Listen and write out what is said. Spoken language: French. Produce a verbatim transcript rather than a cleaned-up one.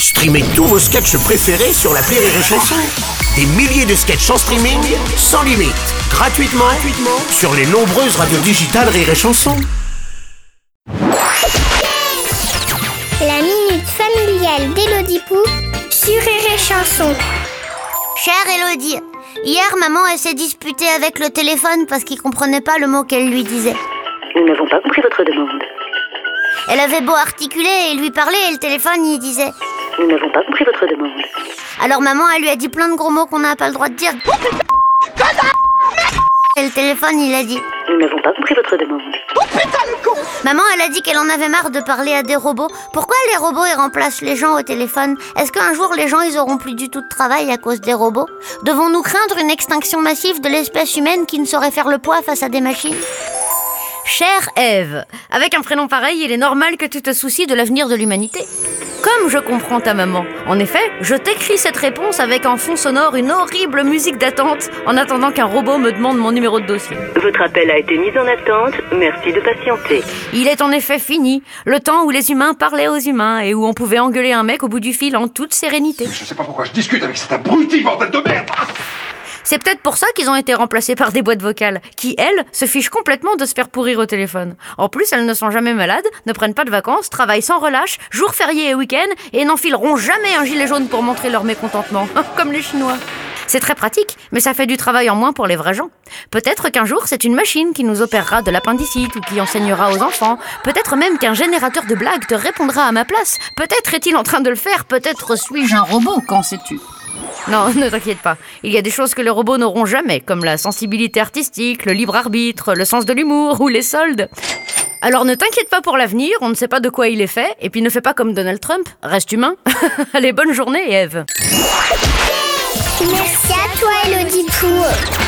Streamez tous vos sketchs préférés sur l'appli Rire et Chanson. Des milliers de sketchs en streaming, sans limite, gratuitement, gratuitement sur les nombreuses radios digitales Rire et Chanson. La minute familiale d'Élodie Pou sur Rire et Chanson. Chère Élodie, hier maman elle s'est disputée avec le téléphone parce qu'il comprenait pas le mot qu'elle lui disait. Nous n'avons pas compris votre demande. Elle avait beau articuler et lui parler et le téléphone il disait. Nous n'avons pas compris votre demande. Alors maman elle lui a dit plein de gros mots qu'on n'a pas le droit de dire. Et le téléphone il a dit. Nous n'avons pas compris votre demande. Maman elle a dit qu'elle en avait marre de parler à des robots. Pourquoi les robots ils remplacent les gens au téléphone? Est-ce qu'un jour les gens ils auront plus du tout de travail à cause des robots? Devons-nous craindre une extinction massive de l'espèce humaine qui ne saurait faire le poids face à des machines? Chère Ève, avec un prénom pareil, il est normal que tu te soucies de l'avenir de l'humanité. Comme je comprends ta maman. En effet, je t'écris cette réponse avec en fond sonore une horrible musique d'attente en attendant qu'un robot me demande mon numéro de dossier. Votre appel a été mis en attente, merci de patienter. Il est en effet fini, le temps où les humains parlaient aux humains et où on pouvait engueuler un mec au bout du fil en toute sérénité. Je sais pas pourquoi je discute avec cet abruti, bordel de merde. C'est peut-être pour ça qu'ils ont été remplacés par des boîtes vocales, qui, elles, se fichent complètement de se faire pourrir au téléphone. En plus, elles ne sont jamais malades, ne prennent pas de vacances, travaillent sans relâche, jours fériés et week-ends, et n'enfileront jamais un gilet jaune pour montrer leur mécontentement, comme les Chinois. C'est très pratique, mais ça fait du travail en moins pour les vrais gens. Peut-être qu'un jour, c'est une machine qui nous opérera de l'appendicite ou qui enseignera aux enfants. Peut-être même qu'un générateur de blagues te répondra à ma place. Peut-être est-il en train de le faire, peut-être suis-je un robot, qu'en sais-tu ? Non, ne t'inquiète pas. Il y a des choses que les robots n'auront jamais, comme la sensibilité artistique, le libre arbitre, le sens de l'humour ou les soldes. Alors ne t'inquiète pas pour l'avenir, on ne sait pas de quoi il est fait, et puis ne fais pas comme Donald Trump, reste humain. Allez, bonne journée, Ève. Merci à toi, Élodie Pou.